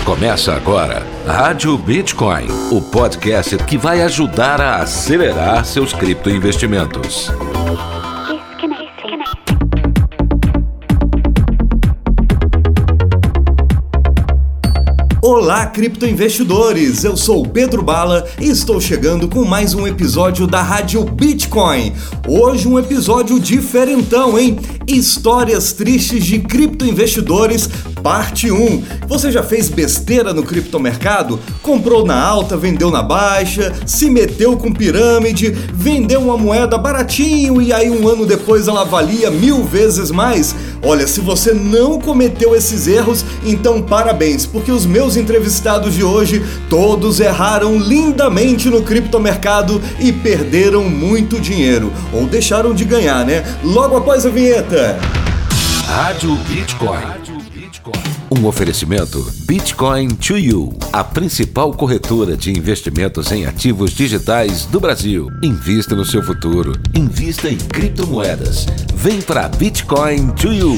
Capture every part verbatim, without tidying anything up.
Começa agora, Rádio Bitcoin, o podcast que vai ajudar a acelerar seus criptoinvestimentos. Olá, criptoinvestidores! Eu sou o Pedro Bala e estou chegando com mais um episódio da Rádio Bitcoin. Hoje um episódio diferentão, hein? Histórias tristes de criptoinvestidores, parte um. Você já fez besteira no criptomercado? Comprou na alta, vendeu na baixa, se meteu com pirâmide, vendeu uma moeda baratinho e aí um ano depois ela valia mil vezes mais? Olha, se você não cometeu esses erros, então parabéns, porque os meus entrevistados de hoje, todos erraram lindamente no criptomercado e perderam muito dinheiro, ou deixaram de ganhar, né? Logo após a vinheta. Rádio Bitcoin. Um oferecimento Bitcoin to You, a principal corretora de investimentos em ativos digitais do Brasil. Invista no seu futuro. Invista em criptomoedas. Vem para Bitcoin to You.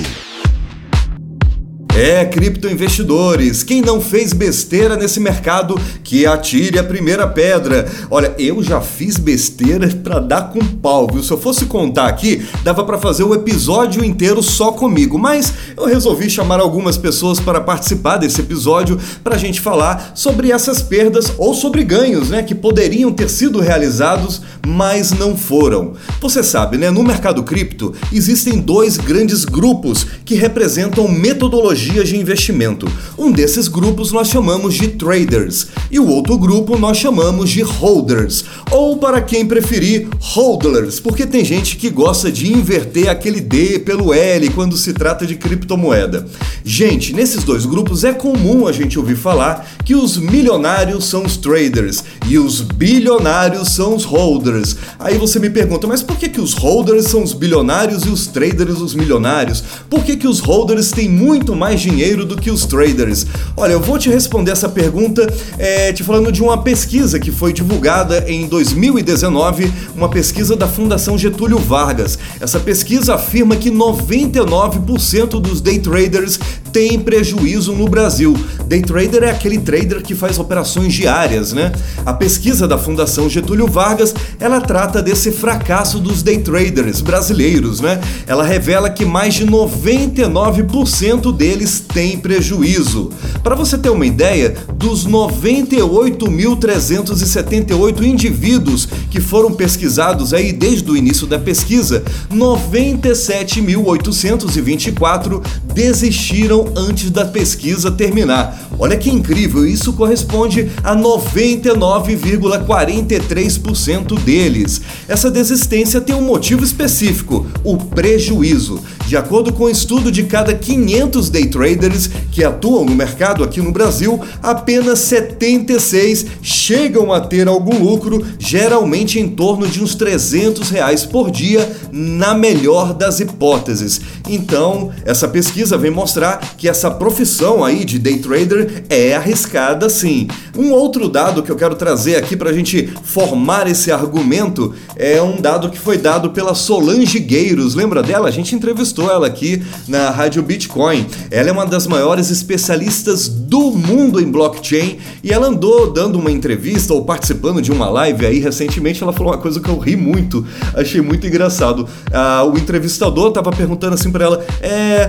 É, criptoinvestidores, quem não fez besteira nesse mercado, que atire a primeira pedra. Olha, eu já fiz besteira pra dar com pau, viu? Se eu fosse contar aqui, dava pra fazer o episódio inteiro só comigo, mas eu resolvi chamar algumas pessoas para participar desse episódio pra gente falar sobre essas perdas ou sobre ganhos, né, que poderiam ter sido realizados, mas não foram. Você sabe, né, no mercado cripto existem dois grandes grupos que representam metodologias de investimento. Um desses grupos nós chamamos de traders e o outro grupo nós chamamos de holders, ou para quem preferir, hodlers, porque tem gente que gosta de inverter aquele D pelo L quando se trata de criptomoeda. Gente, nesses dois grupos é comum a gente ouvir falar que os milionários são os traders e os bilionários são os holders. Aí você me pergunta, mas por que que os holders são os bilionários e os traders os milionários? Por que que os holders têm muito mais dinheiro do que os traders? Olha, eu vou te responder essa pergunta é, te falando de uma pesquisa que foi divulgada em dois mil e dezenove, uma pesquisa da Fundação Getúlio Vargas. Essa pesquisa afirma que noventa e nove por cento dos day traders têm prejuízo no Brasil. Day trader é aquele trader que faz operações diárias, né? A pesquisa da Fundação Getúlio Vargas, ela trata desse fracasso dos day traders brasileiros, né? Ela revela que mais de noventa e nove por cento deles têm prejuízo. Para você ter uma ideia, dos noventa e oito mil trezentos e setenta e oito indivíduos que foram pesquisados aí desde o início da pesquisa, noventa e sete mil oitocentos e vinte e quatro desistiram antes da pesquisa terminar. Olha que incrível, isso corresponde a noventa e nove vírgula quarenta e três por cento deles. Essa desistência tem um motivo específico, o prejuízo. De acordo com o estudo, de cada quinhentos day traders que atuam no mercado aqui no Brasil, apenas setenta e seis chegam a ter algum lucro, geralmente em torno de uns trezentos reais por dia, na melhor das hipóteses. Então, essa pesquisa vem mostrar que essa profissão aí de day trader é arriscada sim. Um outro dado que eu quero trazer aqui para a gente formar esse argumento é um dado que foi dado pela Solange Gueiros. Lembra dela? A gente entrevistou ela aqui na Rádio Bitcoin. Ela é uma das maiores especialistas do mundo em blockchain e ela andou dando uma entrevista ou participando de uma live aí recentemente. Ela falou uma coisa que eu ri muito, achei muito engraçado. Ah, o entrevistador estava perguntando assim para ela, é,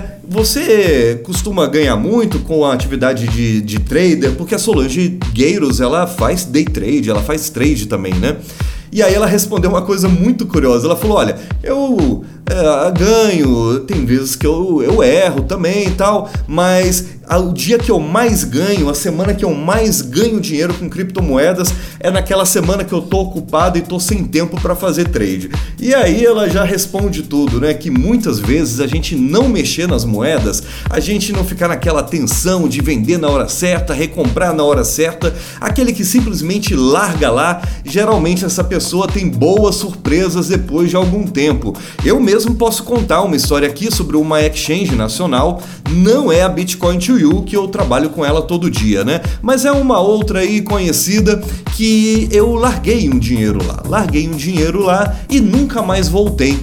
você costuma ganhar muito com a atividade de, de trader? Porque a Solange Gueiros, ela faz day trade, ela faz trade também, né? E aí ela respondeu uma coisa muito curiosa. Ela falou, olha, eu é, ganho, tem vezes que eu, eu erro também e tal, mas o dia que eu mais ganho, a semana que eu mais ganho dinheiro com criptomoedas é naquela semana que eu tô ocupado e tô sem tempo para fazer trade. E aí ela já responde tudo, né? Que muitas vezes a gente não mexer nas moedas, a gente não ficar naquela tensão de vender na hora certa, recomprar na hora certa, aquele que simplesmente larga lá, geralmente essa pessoa tem boas surpresas depois de algum tempo. Eu mesmo posso contar uma história aqui sobre uma exchange nacional, não é a Bitcoin to You, que eu trabalho com ela todo dia, né? Mas é uma outra aí conhecida que eu larguei um dinheiro lá, larguei um dinheiro lá e nunca mais voltei.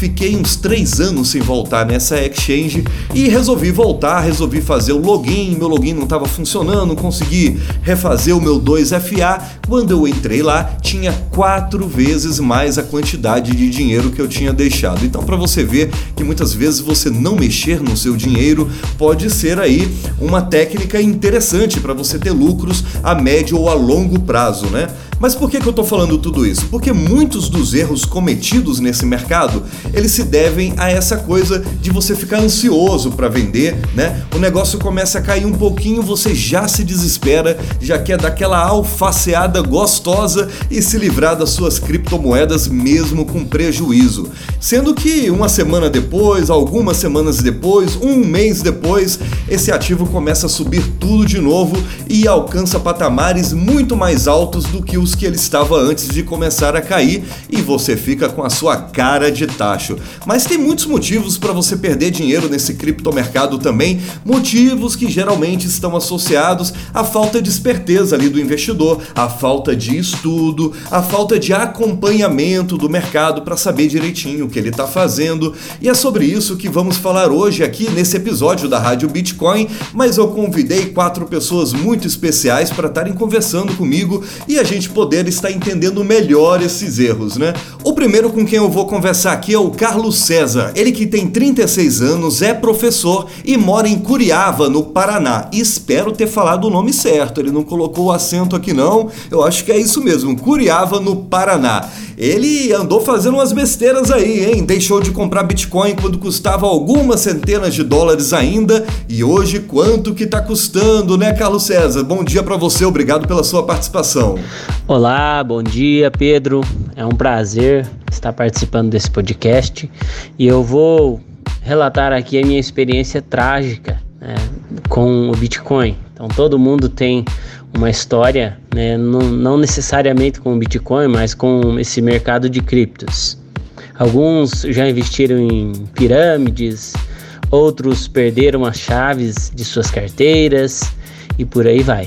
fiquei uns três anos sem voltar nessa exchange e resolvi voltar, resolvi fazer o login, meu login não estava funcionando, consegui refazer o meu dois F A. Quando eu entrei lá, tinha quatro vezes mais a quantidade de dinheiro que eu tinha deixado. Então, para você ver que muitas vezes você não mexer no seu dinheiro pode ser aí uma técnica interessante para você ter lucros a médio ou a longo prazo, né? Mas por que que eu tô falando tudo isso? Porque muitos dos erros cometidos nesse mercado, eles se devem a essa coisa de você ficar ansioso para vender, né? O negócio começa a cair um pouquinho, você já se desespera, já quer dar aquela alfaceada gostosa e se livrar das suas criptomoedas mesmo com prejuízo. Sendo que uma semana depois, algumas semanas depois, um mês depois, esse ativo começa a subir tudo de novo e alcança patamares muito mais altos do que os que ele estava antes de começar a cair e você fica com a sua cara de tacho. Mas tem muitos motivos para você perder dinheiro nesse criptomercado também, motivos que geralmente estão associados à falta de esperteza ali do investidor, à falta de estudo, à falta de acompanhamento do mercado para saber direitinho o que ele está fazendo. E é sobre isso que vamos falar hoje aqui nesse episódio da Rádio Bitcoin, mas eu convidei quatro pessoas muito especiais para estarem conversando comigo e a gente poder estar entendendo melhor esses erros, né? O primeiro com quem eu vou conversar aqui é o Carlos César, ele que tem trinta e seis anos, é professor e mora em Curiava, no Paraná. Espero ter falado o nome certo, ele não colocou o acento aqui não, eu acho que é isso mesmo, Curiava, no Paraná. Ele andou fazendo umas besteiras aí, hein? Deixou de comprar Bitcoin quando custava algumas centenas de dólares ainda, e hoje quanto que tá custando, né, Carlos César? Bom dia para você, obrigado pela sua participação. Olá, bom dia, Pedro. É um prazer estar participando desse podcast e eu vou relatar aqui a minha experiência trágica, né, com o Bitcoin. Então, todo mundo tem uma história, né, não, não necessariamente com o Bitcoin, mas com esse mercado de criptos. Alguns já investiram em pirâmides, outros perderam as chaves de suas carteiras e por aí vai.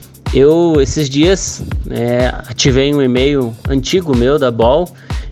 Eu, esses dias, né, ativei um e-mail antigo meu da Bol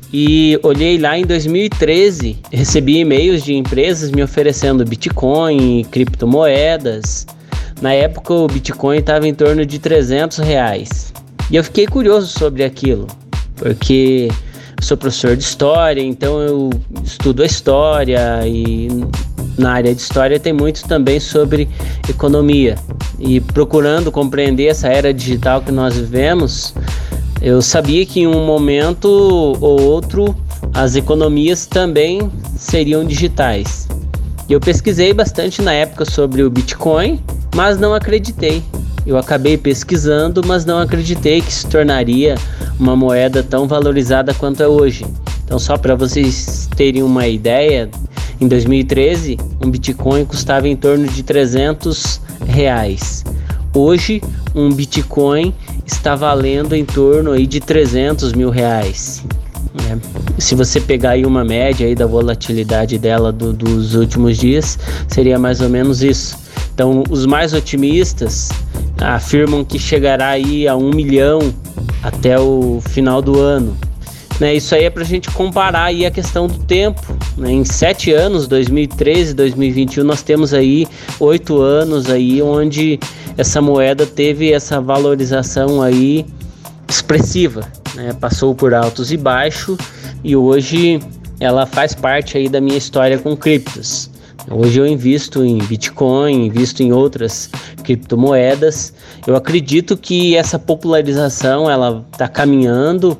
e olhei lá em dois mil e treze, recebi e-mails de empresas me oferecendo Bitcoin e criptomoedas. Na época o Bitcoin estava em torno de trezentos reais. E eu fiquei curioso sobre aquilo, porque eu sou professor de história, então eu estudo a história e na área de história tem muito também sobre economia. E procurando compreender essa era digital que nós vivemos, eu sabia que em um momento ou outro as economias também seriam digitais. E eu pesquisei bastante na época sobre o Bitcoin, mas não acreditei. Eu acabei pesquisando, mas não acreditei que se tornaria uma moeda tão valorizada quanto é hoje. Então, só para vocês terem uma ideia, em dois mil e treze, um Bitcoin custava em torno de trezentos reais. Hoje, um Bitcoin está valendo em torno aí de trezentos mil reais. É. Se você pegar aí uma média aí da volatilidade dela do, dos últimos dias, seria mais ou menos isso. Então, os mais otimistas afirmam que chegará aí a um milhão até o final do ano. Né, isso aí é para a gente comparar aí a questão do tempo. Né? Em sete anos, dois mil e treze, dois mil e vinte e um, nós temos aí oito anos aí onde essa moeda teve essa valorização aí expressiva. Né? Passou por altos e baixos e hoje ela faz parte aí da minha história com criptos. Hoje eu invisto em Bitcoin, invisto em outras criptomoedas. Eu acredito que essa popularização ela está caminhando.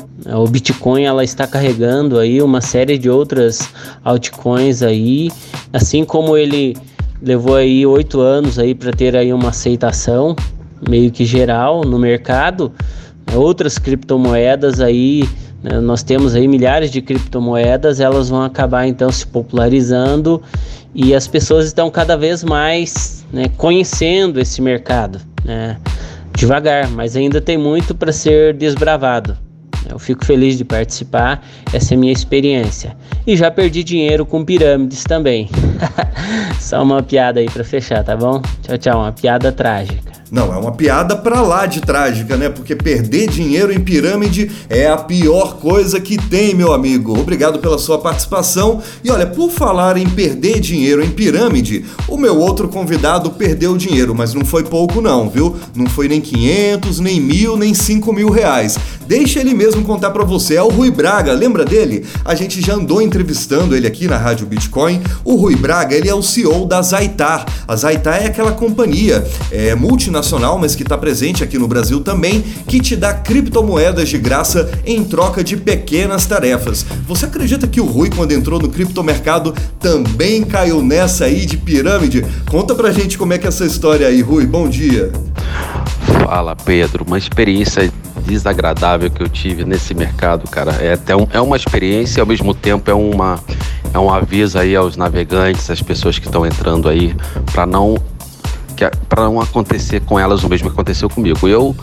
O Bitcoin ela está carregando aí uma série de outras altcoins aí, assim como ele levou aí oito anos aí para ter aí uma aceitação meio que geral no mercado. Outras criptomoedas aí, né, nós temos aí milhares de criptomoedas, elas vão acabar então se popularizando e as pessoas estão cada vez mais, né, conhecendo esse mercado, né, devagar, mas ainda tem muito para ser desbravado. Eu fico feliz de participar, essa é a minha experiência. E já perdi dinheiro com pirâmides também. Só uma piada aí para fechar, tá bom? Tchau, tchau, uma piada trágica. Não, é uma piada pra lá de trágica, né? Porque perder dinheiro em pirâmide é a pior coisa que tem, meu amigo. Obrigado pela sua participação. E olha, por falar em perder dinheiro em pirâmide, o meu outro convidado perdeu dinheiro, mas não foi pouco não, viu? Não foi nem quinhentos, nem mil, nem cinco mil reais. Deixa ele mesmo contar pra você. É o Rui Braga, lembra dele? A gente já andou entrevistando ele aqui na Rádio Bitcoin. O Rui Braga, ele é o C E O da Zaitar. A Zaitar é aquela companhia é, multinacional, mas que está presente aqui no Brasil também, que te dá criptomoedas de graça em troca de pequenas tarefas. Você acredita que o Rui, quando entrou no criptomercado, também caiu nessa aí de pirâmide? Conta pra gente como é que é essa história aí, Rui. Bom dia. Fala, Pedro. Uma experiência desagradável que eu tive nesse mercado, cara. É até um, é uma experiência e ao mesmo tempo é uma é um aviso aí aos navegantes, às pessoas que estão entrando aí, para não para não acontecer com elas o mesmo que aconteceu comigo. Eu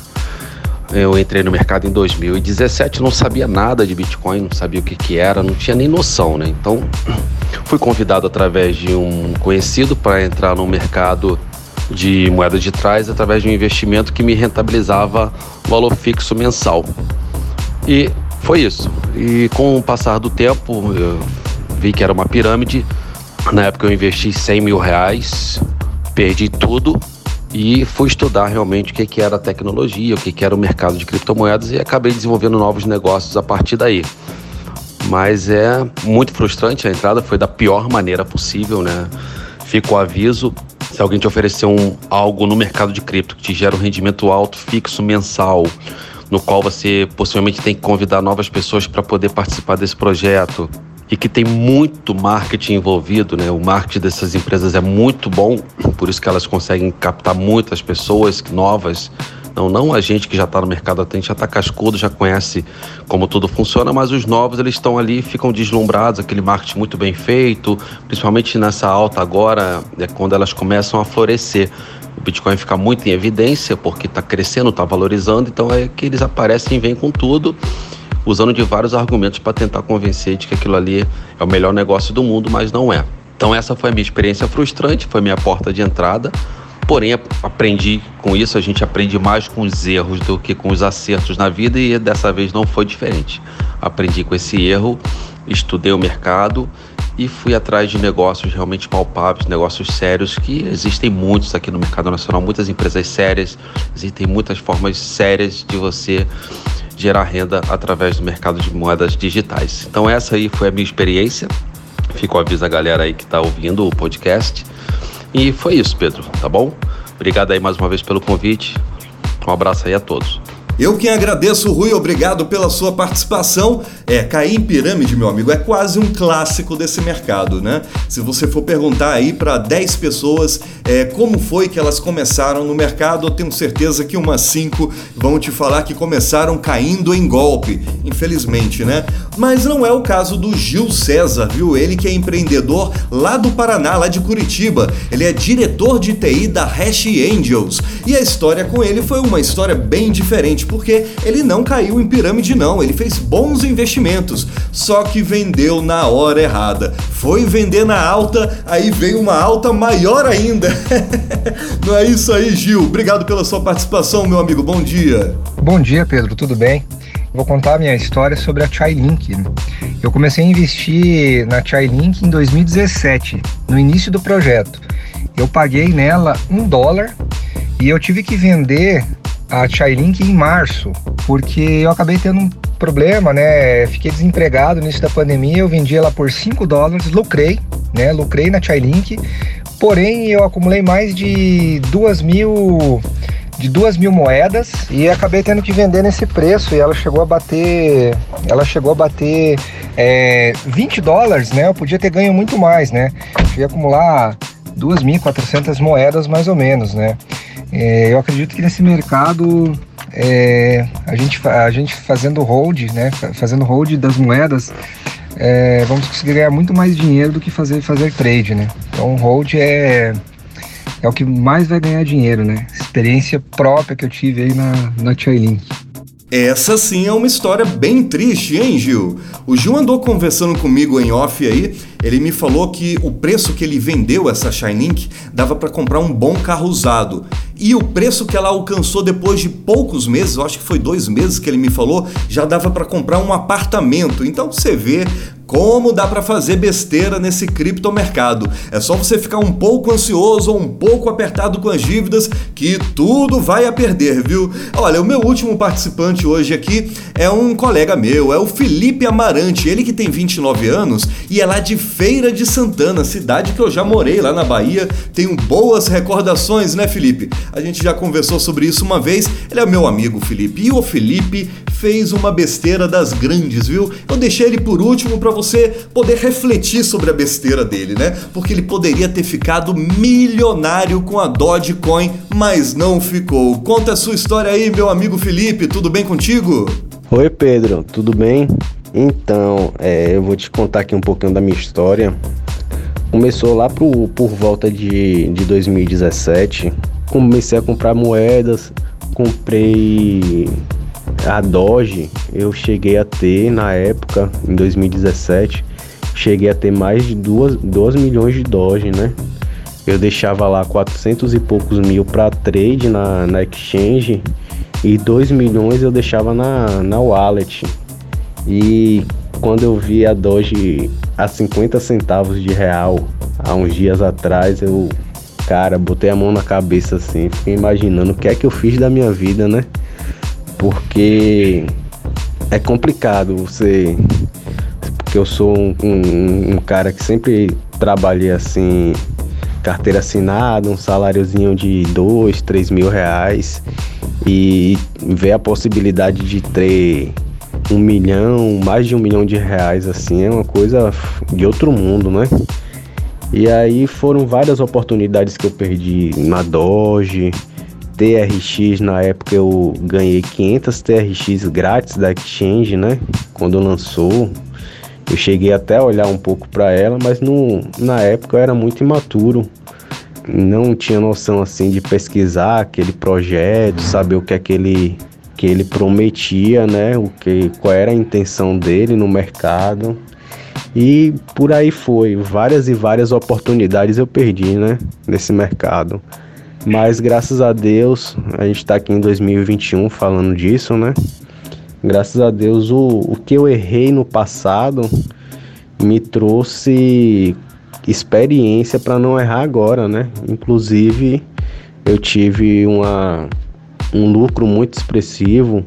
eu entrei no mercado em dois mil e dezessete, não sabia nada de Bitcoin, não sabia o que que era, não tinha nem noção, né? Então fui convidado através de um conhecido para entrar no mercado de moeda de trás através de um investimento que me rentabilizava valor fixo mensal. E foi isso. E com o passar do tempo, eu vi que era uma pirâmide. Na época eu investi cem mil reais, perdi tudo e fui estudar realmente o que, que era a tecnologia, o que, que era o mercado de criptomoedas e acabei desenvolvendo novos negócios a partir daí. Mas é muito frustrante, a entrada foi da pior maneira possível, né? Fica o aviso. Se alguém te oferecer um, algo no mercado de cripto que te gera um rendimento alto, fixo, mensal, no qual você possivelmente tem que convidar novas pessoas para poder participar desse projeto e que tem muito marketing envolvido, né? O marketing dessas empresas é muito bom, por isso que elas conseguem captar muitas pessoas novas. Não, não a gente que já está no mercado, a gente já está cascudo, já conhece como tudo funciona, mas os novos, eles estão ali, ficam deslumbrados, aquele marketing muito bem feito, principalmente nessa alta agora, é quando elas começam a florescer. O Bitcoin fica muito em evidência, porque está crescendo, está valorizando, então é que eles aparecem e vêm com tudo, usando de vários argumentos para tentar convencer de que aquilo ali é o melhor negócio do mundo, mas não é. Então essa foi a minha experiência frustrante, foi minha porta de entrada. Porém, aprendi com isso, a gente aprende mais com os erros do que com os acertos na vida e dessa vez não foi diferente. Aprendi com esse erro, estudei o mercado e fui atrás de negócios realmente palpáveis, negócios sérios, que existem muitos aqui no mercado nacional, muitas empresas sérias, existem muitas formas sérias de você gerar renda através do mercado de moedas digitais. Então essa aí foi a minha experiência, fico aviso a galera aí que está ouvindo o podcast. E foi isso, Pedro, tá bom? Obrigado aí mais uma vez pelo convite. Um abraço aí a todos. Eu quem agradeço, Rui, obrigado pela sua participação. É, cair em pirâmide, meu amigo, é quase um clássico desse mercado, né? Se você for perguntar aí para dez pessoas é, como foi que elas começaram no mercado, eu tenho certeza que umas cinco vão te falar que começaram caindo em golpe, infelizmente, né? Mas não é o caso do Gil César, viu? Ele que é empreendedor lá do Paraná, lá de Curitiba. Ele é diretor de T I da Hash Angels. E a história com ele foi uma história bem diferente, porque ele não caiu em pirâmide não, ele fez bons investimentos, só que vendeu na hora errada. Foi vender na alta, aí veio uma alta maior ainda. Não é isso aí, Gil? Obrigado pela sua participação, meu amigo. Bom dia. Bom dia, Pedro. Tudo bem? Vou contar a minha história sobre a Chainlink. Eu comecei a investir na Chainlink em dois mil e dezessete, no início do projeto. Eu paguei nela um dólar e eu tive que vender a Chainlink em março, porque eu acabei tendo um problema, né? Fiquei desempregado no início da pandemia, eu vendi ela por cinco dólares, lucrei, né? Lucrei na Chainlink, porém eu acumulei mais de duas mil, de duas mil moedas e acabei tendo que vender nesse preço e ela chegou a bater, ela chegou a bater é, vinte dólares, né? Eu podia ter ganho muito mais, né? Eu ia acumular duas mil e quatrocentas moedas mais ou menos, né? É, eu acredito que nesse mercado é, a, gente, a gente fazendo hold, né, fazendo hold das moedas, é, vamos conseguir ganhar muito mais dinheiro do que fazer, fazer trade, né? Então hold é, é o que mais vai ganhar dinheiro, né? Experiência própria que eu tive aí na, na Chainlink. Essa sim é uma história bem triste, hein, Gil? O Gil andou conversando comigo em off aí, ele me falou que o preço que ele vendeu essa Chainlink dava para comprar um bom carro usado. e o preço que ela alcançou depois de poucos meses, eu acho que foi dois meses que ele me falou, já dava para comprar um apartamento. Então você vê como dá para fazer besteira nesse criptomercado. É só você ficar um pouco ansioso ou um pouco apertado com as dívidas que tudo vai a perder, viu? Olha, o meu último participante hoje aqui é um colega meu, é o Felipe Amarante, ele que tem vinte e nove anos e é lá de Feira de Santana, cidade que eu já morei lá na Bahia. Tenho boas recordações, né, Felipe? A gente já conversou sobre isso uma vez. Ele é meu amigo, Felipe, e o Felipe fez uma besteira das grandes, viu? Eu deixei ele por último para você poder refletir sobre a besteira dele, né? Porque ele poderia ter ficado milionário com a Dogecoin, mas não ficou. Conta a sua história aí, meu amigo Felipe, tudo bem contigo? Oi, Pedro, tudo bem? Então, é, eu vou te contar aqui um pouquinho da minha história. Começou lá pro, por volta de, de dois mil e dezessete, comecei a comprar moedas, comprei a Doge. Eu cheguei a ter, na época, em dois mil e dezessete, cheguei a ter mais de dois milhões de Doge, né? Eu deixava lá quatrocentos e poucos mil para trade na, na exchange e dois milhões eu deixava na, na wallet. E quando eu vi a Doge a cinquenta centavos de real, há uns dias atrás, eu, cara, botei a mão na cabeça assim, fiquei imaginando o que é que eu fiz da minha vida, né? Porque é complicado você... Porque eu sou um, um, um cara que sempre trabalhei assim, carteira assinada, um saláriozinho de dois, três mil reais, e ver a possibilidade de ter um milhão, mais de um milhão de reais assim, é uma coisa de outro mundo, né? E aí foram várias oportunidades que eu perdi na Doge. T R X, na época eu ganhei quinhentas T R X grátis da exchange, né? Quando lançou, eu cheguei até a olhar um pouco para ela, mas no, na época eu era muito imaturo, não tinha noção assim de pesquisar aquele projeto, saber o que é que ele, que ele prometia, né? O que, qual era a intenção dele no mercado. E por aí foi, várias e várias oportunidades eu perdi, né? Nesse mercado. Mas graças a Deus, a gente está aqui em dois mil e vinte e um falando disso, né? Graças a Deus, o, o que eu errei no passado me trouxe experiência para não errar agora, né? Inclusive, eu tive uma, um lucro muito expressivo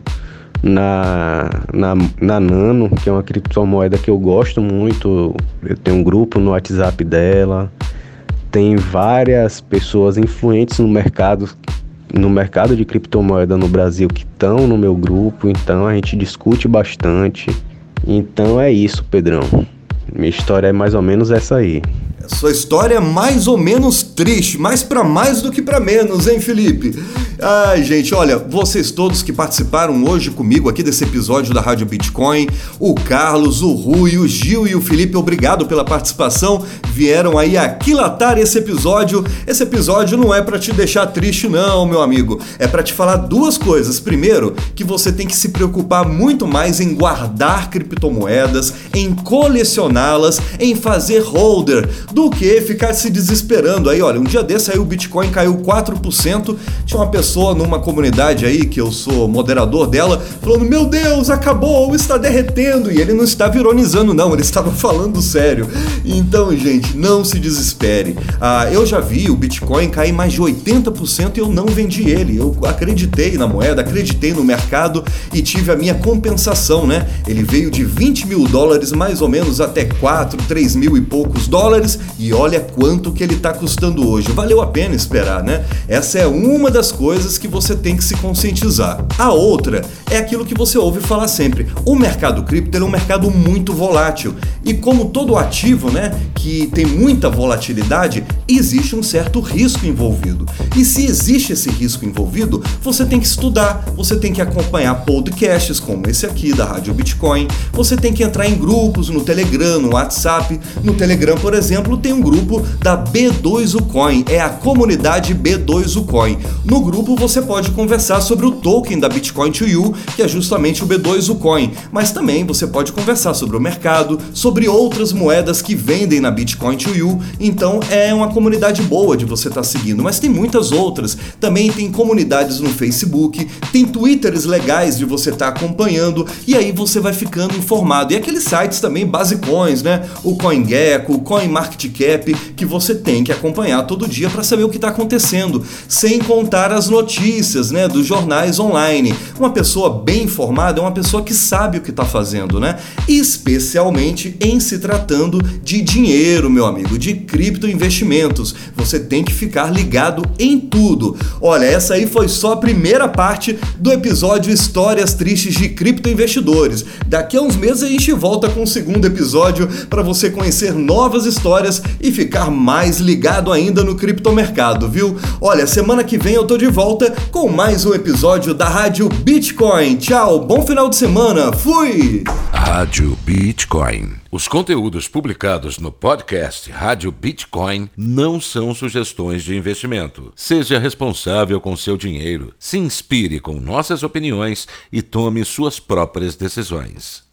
na, na, na Nano, que é uma criptomoeda que eu gosto muito. Eu tenho um grupo no WhatsApp dela. Tem várias pessoas influentes no mercado, no mercado de criptomoeda no Brasil que estão no meu grupo, então a gente discute bastante. Então é isso, Pedrão. Minha história é mais ou menos essa aí. Sua história é mais ou menos triste, mas para mais do que para menos, hein, Felipe? Ai, gente, olha, vocês todos que participaram hoje comigo aqui desse episódio da Rádio Bitcoin, o Carlos, o Rui, o Gil e o Felipe, obrigado pela participação, vieram aí aquilatar esse episódio. Esse episódio não é para te deixar triste não, meu amigo, é para te falar duas coisas. Primeiro, que você tem que se preocupar muito mais em guardar criptomoedas, em colecioná-las, em fazer holder, do que ficar se desesperando aí. Olha, um dia desse aí o Bitcoin caiu quatro por cento, tinha uma pessoa numa comunidade aí, que eu sou moderador dela, falando, meu Deus, acabou, está derretendo, e ele não estava ironizando não, ele estava falando sério. Então, gente, não se desespere. Ah, eu já vi o Bitcoin cair mais de oitenta por cento e eu não vendi ele, eu acreditei na moeda, acreditei no mercado e tive a minha compensação, né? Ele veio de vinte mil dólares mais ou menos até quatro, três mil e poucos dólares, e olha quanto que ele está custando hoje. Valeu a pena esperar, né? Essa é uma das coisas que você tem que se conscientizar. A outra é aquilo que você ouve falar sempre. O mercado cripto é um mercado muito volátil. E como todo ativo, né, que tem muita volatilidade, existe um certo risco envolvido. E se existe esse risco envolvido, você tem que estudar, você tem que acompanhar podcasts como esse aqui da Rádio Bitcoin, você tem que entrar em grupos no Telegram, no WhatsApp. No Telegram, por exemplo, tem um grupo da B dois U Coin, é a comunidade B dois U Coin. No grupo você pode conversar sobre o token da Bitcoin to You, que é justamente o B dois U Coin, mas também você pode conversar sobre o mercado, sobre outras moedas que vendem na Bitcoin to You. Então é uma comunidade boa de você estar seguindo, mas tem muitas outras. Também tem comunidades no Facebook, tem Twitters legais de você estar acompanhando, e aí você vai ficando informado. E aqueles sites também basicões, né? O CoinGecko, o CoinMarketCap, que você tem que acompanhar todo dia para saber o que está acontecendo, sem contar as notícias, né, dos jornais online. Uma pessoa bem informada é uma pessoa que sabe o que está fazendo, né? Especialmente em se tratando de dinheiro, meu amigo, de criptoinvestimentos. Você tem que ficar ligado em tudo. Olha, essa aí foi só a primeira parte do episódio Histórias Tristes de Criptoinvestidores. Daqui a uns meses a gente volta com o segundo episódio para você conhecer novas histórias e ficar mais ligado ainda no criptomercado, viu? Olha, semana que vem eu tô de volta com mais um episódio da Rádio Bitcoin. Tchau, bom final de semana, fui! Rádio Bitcoin. Os conteúdos publicados no podcast Rádio Bitcoin não são sugestões de investimento. Seja responsável com seu dinheiro, se inspire com nossas opiniões e tome suas próprias decisões.